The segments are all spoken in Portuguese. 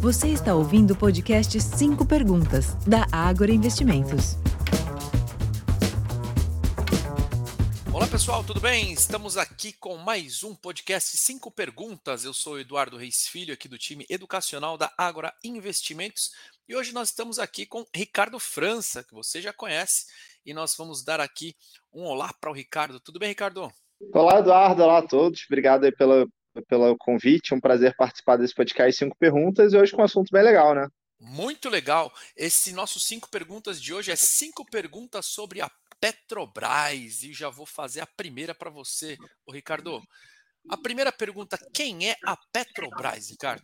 Você está ouvindo o podcast 5 Perguntas, da Ágora Investimentos. Olá pessoal, tudo bem? Estamos aqui com mais um podcast 5 Perguntas. Eu sou o Eduardo Reis Filho, aqui do time educacional da Ágora Investimentos. E hoje nós estamos aqui com Ricardo França, que você já conhece. E nós vamos dar aqui um olá para o Ricardo. Tudo bem, Ricardo? Olá, Eduardo. Olá a todos. Obrigado aí pelo convite. Um prazer participar desse podcast 5 Perguntas e hoje com um assunto bem legal, né? Muito legal. Esse nosso 5 Perguntas de hoje é 5 perguntas sobre a Petrobras. E já vou fazer a primeira para você, ô Ricardo. A primeira pergunta, quem é a Petrobras, Ricardo?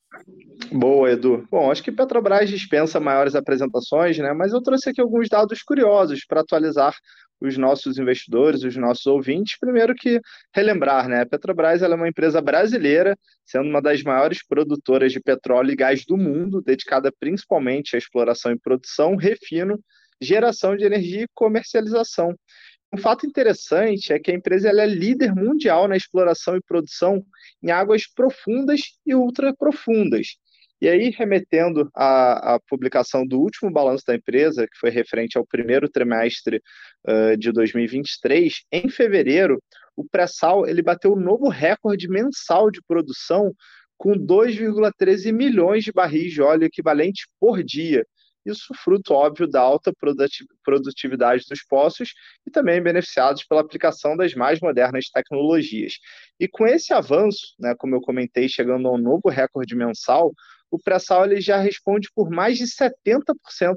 Boa, Edu. Bom, acho que Petrobras dispensa maiores apresentações, né? Mas eu trouxe aqui alguns dados curiosos para atualizar os nossos investidores, os nossos ouvintes. Primeiro que relembrar, né? A Petrobras ela é uma empresa brasileira, sendo uma das maiores produtoras de petróleo e gás do mundo, dedicada principalmente à exploração e produção, refino, geração de energia e comercialização. Um fato interessante é que a empresa ela é líder mundial na exploração e produção em águas profundas e ultraprofundas. E aí, remetendo à publicação do último balanço da empresa, que foi referente ao primeiro trimestre de 2023, em fevereiro, o pré-sal ele bateu um novo recorde mensal de produção com 2,13 milhões de barris de óleo equivalente por dia. Isso fruto, óbvio, da alta produtividade dos poços e também beneficiados pela aplicação das mais modernas tecnologias. E com esse avanço, né, como eu comentei, chegando a um novo recorde mensal, o pré-sal ele já responde por mais de 70%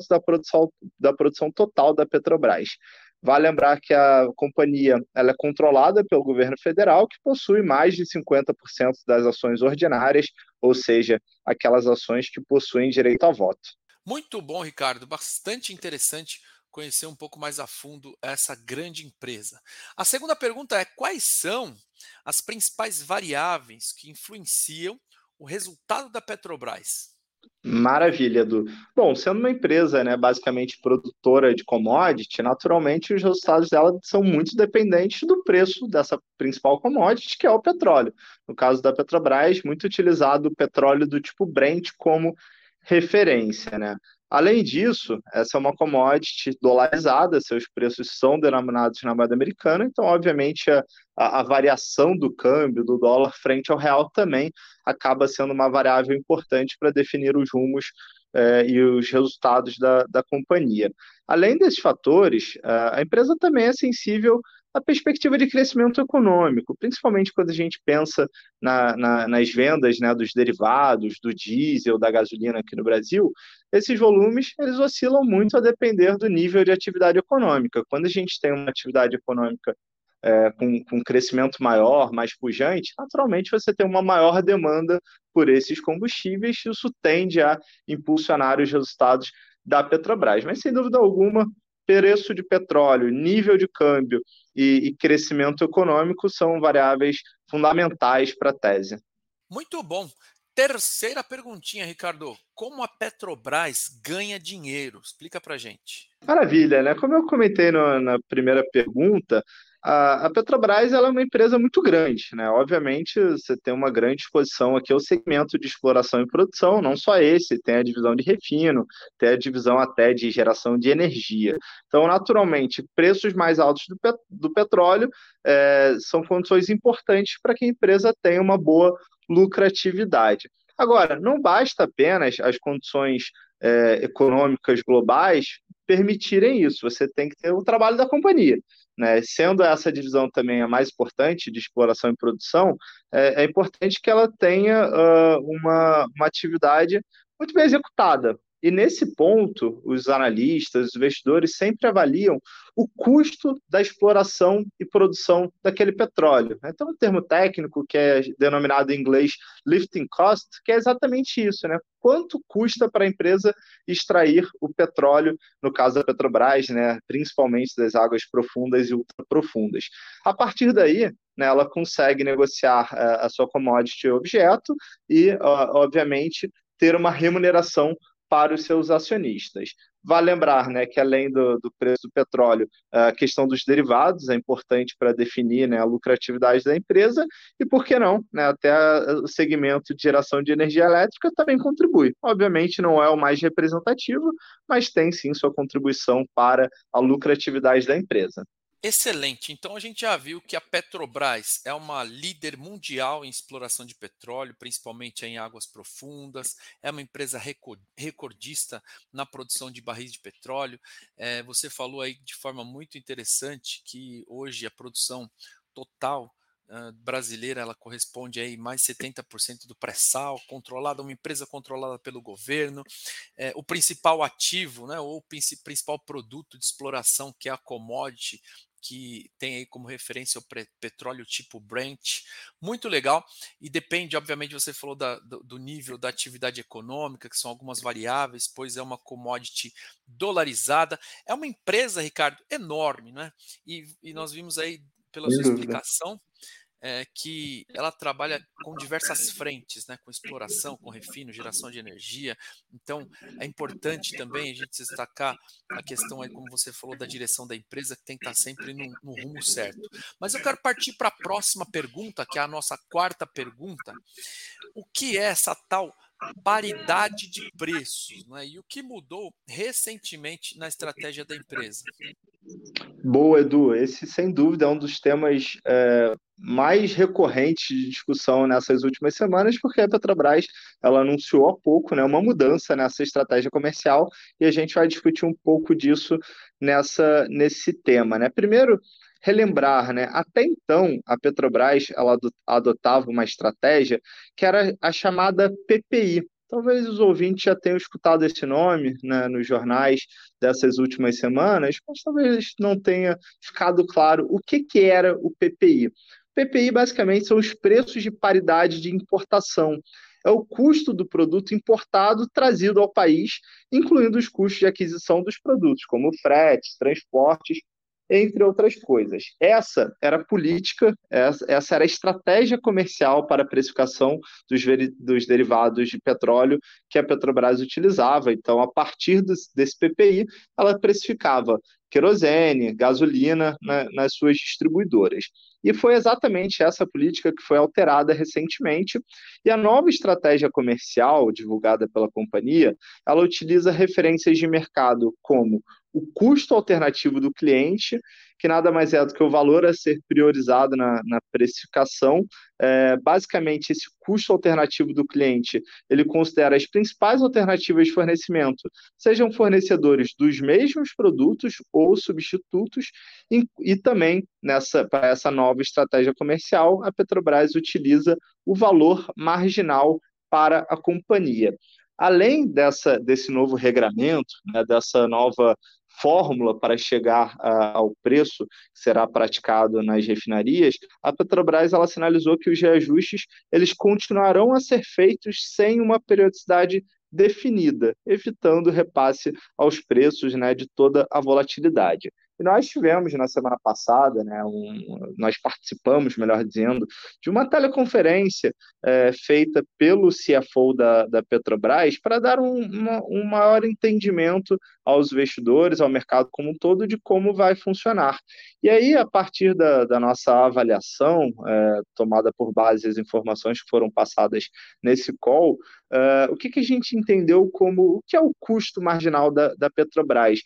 da produção total da Petrobras. Vale lembrar que a companhia ela é controlada pelo governo federal, que possui mais de 50% das ações ordinárias, ou seja, aquelas ações que possuem direito a voto. Muito bom, Ricardo. Bastante interessante conhecer um pouco mais a fundo essa grande empresa. A segunda pergunta é: quais são as principais variáveis que influenciam o resultado da Petrobras? Maravilha, Edu. Bom, sendo uma empresa, né, basicamente produtora de commodity, naturalmente os resultados dela são muito dependentes do preço dessa principal commodity, que é o petróleo. No caso da Petrobras, muito utilizado o petróleo do tipo Brent como referência, né? Além disso, essa é uma commodity dolarizada, seus preços são denominados na moeda americana, então, obviamente, a variação do câmbio do dólar frente ao real também acaba sendo uma variável importante para definir os rumos e os resultados da companhia. Além desses fatores, a empresa também é sensível à perspectiva de crescimento econômico, principalmente quando a gente pensa nas vendas, né, dos derivados, do diesel, da gasolina aqui no Brasil. Esses volumes eles oscilam muito a depender do nível de atividade econômica. Quando a gente tem uma atividade econômica com crescimento maior, mais pujante, naturalmente você tem uma maior demanda por esses combustíveis, e isso tende a impulsionar os resultados da Petrobras. Mas, sem dúvida alguma, preço de petróleo, nível de câmbio e crescimento econômico são variáveis fundamentais para a tese. Muito bom. Terceira perguntinha, Ricardo. Como a Petrobras ganha dinheiro? Explica pra gente. Maravilha, né? Como eu comentei na primeira pergunta, a Petrobras ela é uma empresa muito grande, né? Obviamente, você tem uma grande exposição aqui ao segmento de exploração e produção, não só esse, tem a divisão de refino, tem a divisão até de geração de energia. Então, naturalmente, preços mais altos do petróleo são condições importantes para que a empresa tenha uma boa lucratividade. Agora, não basta apenas as condições econômicas globais permitirem isso, você tem que ter o trabalho da companhia. Né? Sendo essa divisão também a mais importante de exploração e produção, é importante que ela tenha uma atividade muito bem executada. E nesse ponto, os analistas, os investidores sempre avaliam o custo da exploração e produção daquele petróleo. Então, um termo técnico que é denominado em inglês lifting cost, que é exatamente isso, né? Quanto custa para a empresa extrair o petróleo, no caso da Petrobras, né, principalmente das águas profundas e ultraprofundas. A partir daí, né, ela consegue negociar a sua commodity objeto e, obviamente, ter uma remuneração para os seus acionistas. Vale lembrar, né, que além do preço do petróleo, a questão dos derivados é importante para definir, né, a lucratividade da empresa e, por que não, né, até o segmento de geração de energia elétrica também contribui. Obviamente não é o mais representativo, mas tem sim sua contribuição para a lucratividade da empresa. Excelente. Então a gente já viu que a Petrobras é uma líder mundial em exploração de petróleo, principalmente em águas profundas. É uma empresa recordista na produção de barris de petróleo. Você falou aí de forma muito interessante que hoje a produção total brasileira ela corresponde aí mais 70% do pré-sal, controlada, uma empresa controlada pelo governo. O principal ativo, né, ou o principal produto de exploração, que é a commodity, que tem aí como referência o petróleo tipo Brent, muito legal, e depende, obviamente, você falou do nível da atividade econômica, que são algumas variáveis, pois é uma commodity dolarizada, é uma empresa, Ricardo, enorme, né? E nós vimos aí, pela Sem sua dúvida. explicação, que ela trabalha com diversas frentes, né, com exploração, com refino, geração de energia. Então, é importante também a gente destacar a questão aí, como você falou, da direção da empresa, que tem que estar sempre no rumo certo. Mas eu quero partir para a próxima pergunta, que é a nossa quarta pergunta. O que é essa tal paridade de preços, né? E o que mudou recentemente na estratégia da empresa? Boa, Edu. Esse, sem dúvida, é um dos temas mais recorrentes de discussão nessas últimas semanas, porque a Petrobras ela anunciou há pouco, né, uma mudança nessa estratégia comercial e a gente vai discutir um pouco disso nesse tema, né? Primeiro, relembrar, né? Até então, a Petrobras ela adotava uma estratégia que era a chamada PPI. Talvez os ouvintes já tenham escutado esse nome, né, nos jornais dessas últimas semanas, mas talvez não tenha ficado claro o que era o PPI. O PPI basicamente são os preços de paridade de importação. É o custo do produto importado trazido ao país, incluindo os custos de aquisição dos produtos, como fretes, transportes, entre outras coisas. Essa era a política, essa era a estratégia comercial para a precificação dos derivados de petróleo que a Petrobras utilizava. Então, a partir desse PPI, ela precificava querosene, gasolina nas suas distribuidoras. E foi exatamente essa política que foi alterada recentemente, e a nova estratégia comercial divulgada pela companhia, ela utiliza referências de mercado como o custo alternativo do cliente, que nada mais é do que o valor a ser priorizado na precificação. Basicamente, esse custo alternativo do cliente, ele considera as principais alternativas de fornecimento, sejam fornecedores dos mesmos produtos ou substitutos, e também, para essa nova estratégia comercial, a Petrobras utiliza o valor marginal para a companhia. Além desse novo regramento, né, dessa nova fórmula para chegar ao preço que será praticado nas refinarias, a Petrobras ela sinalizou que os reajustes eles continuarão a ser feitos sem uma periodicidade definida, evitando repasse aos preços, né, de toda a volatilidade. E nós tivemos na semana passada, né, nós participamos, melhor dizendo, de uma teleconferência feita pelo CFO da Petrobras para dar um maior entendimento aos investidores, ao mercado como um todo, de como vai funcionar. E aí, a partir da nossa avaliação, tomada por base as informações que foram passadas nesse call, o que a gente entendeu como o que é o custo marginal da Petrobras?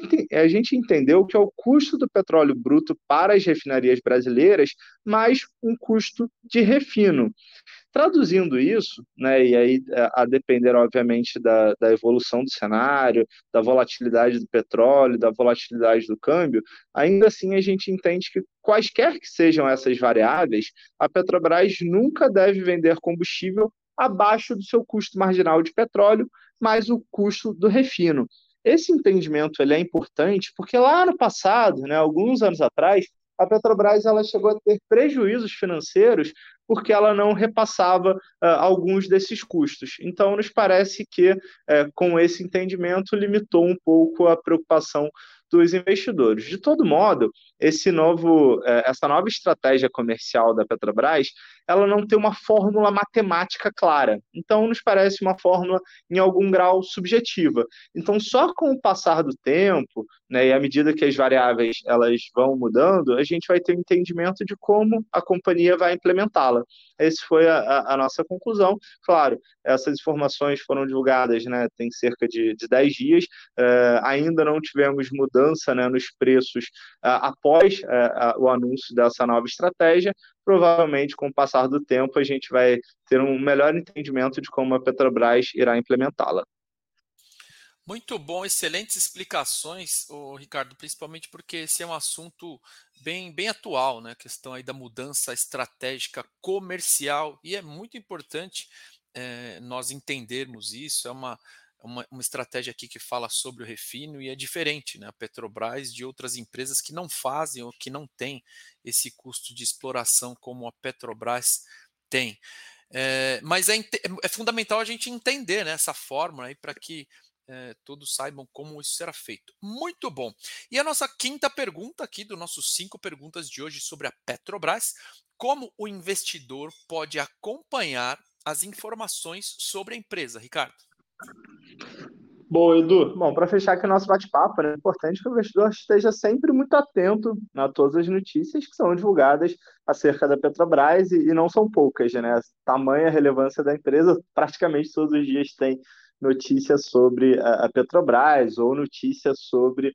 A gente entendeu que é o custo do petróleo bruto para as refinarias brasileiras mais um custo de refino. Traduzindo isso, né, e aí a depender, obviamente, da evolução do cenário, da volatilidade do petróleo, da volatilidade do câmbio, ainda assim a gente entende que quaisquer que sejam essas variáveis, a Petrobras nunca deve vender combustível abaixo do seu custo marginal de petróleo, mais o custo do refino. Esse entendimento ele é importante porque lá no passado, né, alguns anos atrás, a Petrobras ela chegou a ter prejuízos financeiros porque ela não repassava alguns desses custos. Então, nos parece que, com esse entendimento, limitou um pouco a preocupação dos investidores. De todo modo, essa nova estratégia comercial da Petrobras, ela não tem uma fórmula matemática clara. Então, nos parece uma fórmula, em algum grau, subjetiva. Então, só com o passar do tempo, né, e à medida que as variáveis elas vão mudando, a gente vai ter um entendimento de como a companhia vai implementá-la. Essa foi a nossa conclusão. Claro, essas informações foram divulgadas, né, tem cerca de 10 dias, ainda não tivemos mudança, né, nos preços após o anúncio dessa nova estratégia. Provavelmente, com o passar do tempo, a gente vai ter um melhor entendimento de como a Petrobras irá implementá-la. Muito bom, excelentes explicações, Ricardo, principalmente porque esse é um assunto bem atual, né? A questão aí da mudança estratégica comercial, e é muito importante nós entendermos isso. É uma estratégia aqui que fala sobre o refino e é diferente, né? A Petrobras de outras empresas que não fazem ou que não têm esse custo de exploração como a Petrobras tem. Mas é fundamental a gente entender, né, essa fórmula aí para que todos saibam como isso será feito. Muito bom. E a nossa quinta pergunta aqui, dos nossos 5 perguntas de hoje sobre a Petrobras: como o investidor pode acompanhar as informações sobre a empresa, Ricardo? Boa, Edu. Bom, para fechar aqui o nosso bate-papo, é importante que o investidor esteja sempre muito atento a todas as notícias que são divulgadas acerca da Petrobras, e não são poucas, né? Tamanha relevância da empresa, praticamente todos os dias tem notícias sobre a Petrobras ou notícias sobre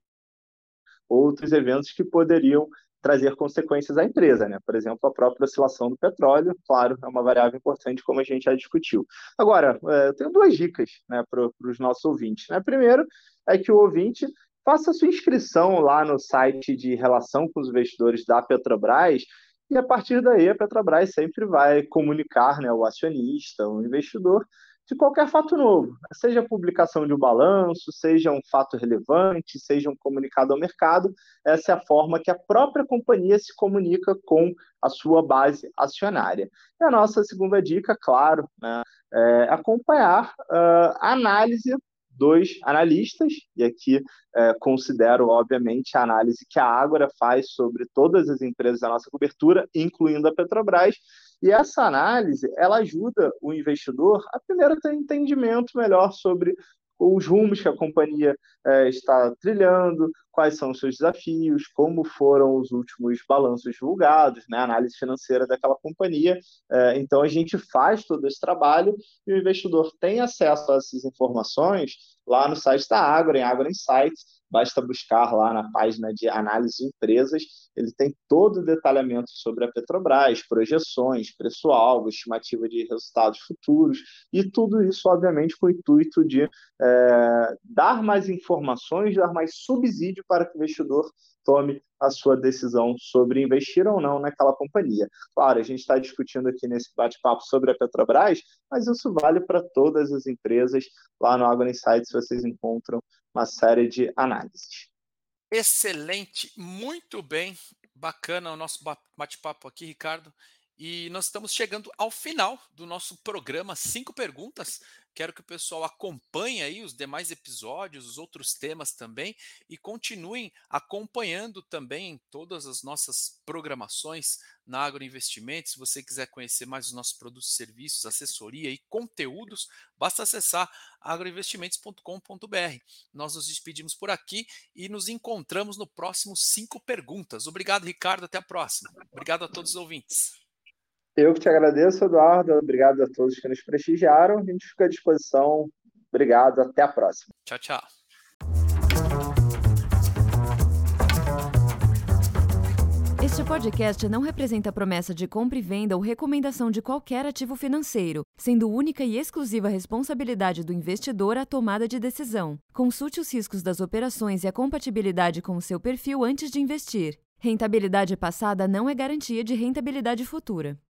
outros eventos que poderiam trazer consequências à empresa, né? Por exemplo, a própria oscilação do petróleo, claro, é uma variável importante, como a gente já discutiu. Agora, eu tenho 2 dicas, né, para os nossos ouvintes, né? Primeiro é que o ouvinte faça a sua inscrição lá no site de relação com os investidores da Petrobras, e a partir daí a Petrobras sempre vai comunicar, né, o acionista, o investidor, de qualquer fato novo, seja a publicação de um balanço, seja um fato relevante, seja um comunicado ao mercado. Essa é a forma que a própria companhia se comunica com a sua base acionária. E a nossa segunda dica, claro, né, é acompanhar a análise dos analistas, e aqui considero, obviamente, a análise que a Ágora faz sobre todas as empresas da nossa cobertura, incluindo a Petrobras. E essa análise, ela ajuda o investidor a primeiro ter um entendimento melhor sobre os rumos que a companhia está trilhando, quais são os seus desafios, como foram os últimos balanços divulgados, né, a análise financeira daquela companhia. Então, a gente faz todo esse trabalho e o investidor tem acesso a essas informações lá no site da Ágora, em Ágora Insights. Basta buscar lá na página de análise de empresas, ele tem todo o detalhamento sobre a Petrobras, projeções, preço-alvo, estimativa de resultados futuros, e tudo isso, obviamente, com o intuito de dar mais informações, dar mais subsídio para que o investidor tome a sua decisão sobre investir ou não naquela companhia. Claro, a gente está discutindo aqui nesse bate-papo sobre a Petrobras, mas isso vale para todas as empresas. Lá no Ágora Insights vocês encontram uma série de análises. Excelente, muito bem, bacana o nosso bate-papo aqui, Ricardo. E nós estamos chegando ao final do nosso programa 5 perguntas. Quero que o pessoal acompanhe aí os demais episódios, os outros temas também, e continuem acompanhando também todas as nossas programações na Ágora Investimentos. Se você quiser conhecer mais os nossos produtos e serviços, assessoria e conteúdos, basta acessar agroinvestimentos.com.br. Nós nos despedimos por aqui e nos encontramos no próximo 5 perguntas. Obrigado, Ricardo. Até a próxima. Obrigado a todos os ouvintes. Eu que te agradeço, Eduardo. Obrigado a todos que nos prestigiaram. A gente fica à disposição. Obrigado. Até a próxima. Tchau, tchau. Este podcast não representa promessa de compra e venda ou recomendação de qualquer ativo financeiro, sendo única e exclusiva responsabilidade do investidor a tomada de decisão. Consulte os riscos das operações e a compatibilidade com o seu perfil antes de investir. Rentabilidade passada não é garantia de rentabilidade futura.